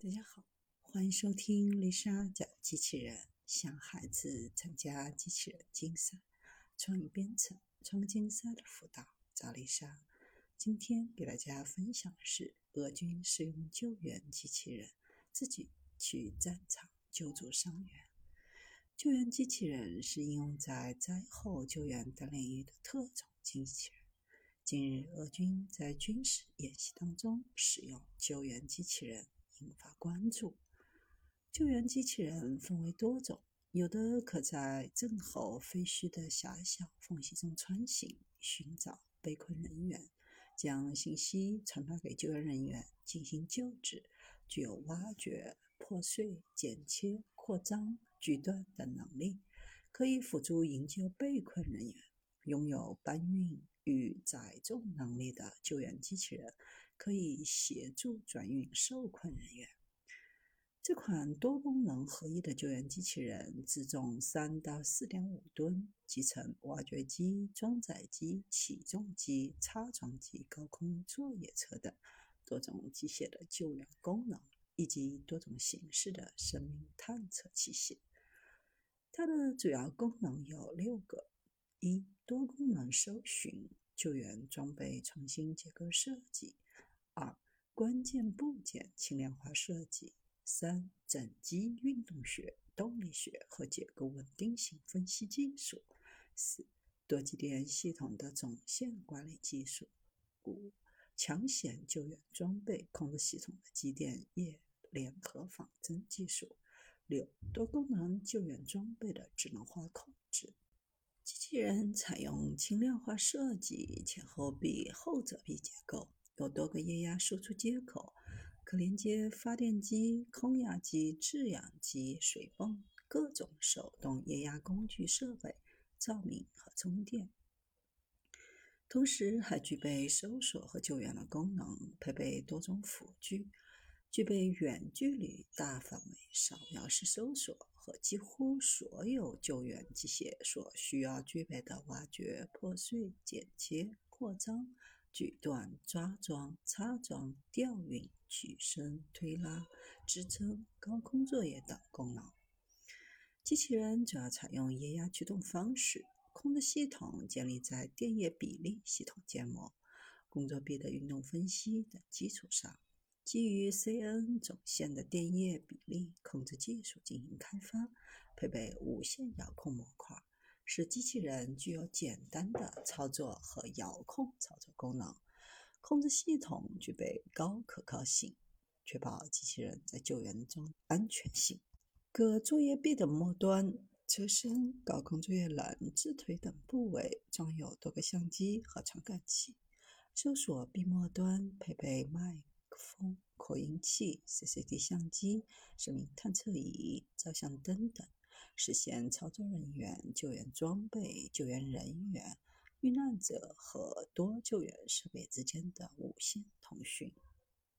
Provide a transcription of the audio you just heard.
大家好，欢迎收听丽莎讲机器人，向孩子参加机器人竞赛、创意编程、创客竞赛的辅导，找丽莎。今天给大家分享的是，俄军使用救援机器人自己去战场救助伤员。救援机器人是应用在灾后救援等领域的特种机器人。近日，俄军在军事演习当中使用救援机器人，引发关注。救援机器人分为多种，有的可在震后废墟的狭小缝隙中穿行，寻找被困人员，将信息传达给救援人员进行救治，具有挖掘、破碎、剪切、扩张、锯断等能力，可以辅助营救被困人员。拥有搬运与载重能力的救援机器人可以协助转运受困人员。这款多功能合一的救援机器人自重3到4.5吨，集成挖掘机、装载机、起重机、插装机、高空作业车等多种机械的救援功能，以及多种形式的生命探测器械。它的主要功能有6个：一、多功能搜寻、救援装备重新结构设计；二、关键部件轻量化设计；三、整机运动学、动力学和结构稳定性分析技术；四、多机电系统的总线管理技术；五、抢险救援装备控制系统的机电业联合仿真技术；六、多功能救援装备的智能化控制。机器人采用轻量化设计，前后臂后者臂结构，有多个液压输出接口，可连接发电机、空压机、制氧机、水泵、各种手动液压工具设备、照明和充电。同时还具备搜索和救援的功能，配备多种辅具，具备远距离、大范围、扫描式搜索和几乎所有救援机械所需要具备的挖掘、破碎、剪切、扩张、锯断、抓装、插装、调运、举升、推拉、支撑、高空作业等功能。机器人主要采用液压驱动方式，控制系统建立在电液比例系统建模、工作臂的运动分析等基础上，基于 CN 总线的电液比例控制技术进行开发，配备无线遥控模块，使机器人具有简单的操作和遥控操作功能。控制系统具备高可靠性，确保机器人在救援中安全性。各作业臂的末端、车身、高空作业轮、自推等部位装有多个相机和传感器。搜索臂末端配备麦克风、扩音器、CCD 相机、生命探测仪、照相灯等，实现操作人员、救援装备、救援人员、遇难者和多救援设备之间的无线通讯。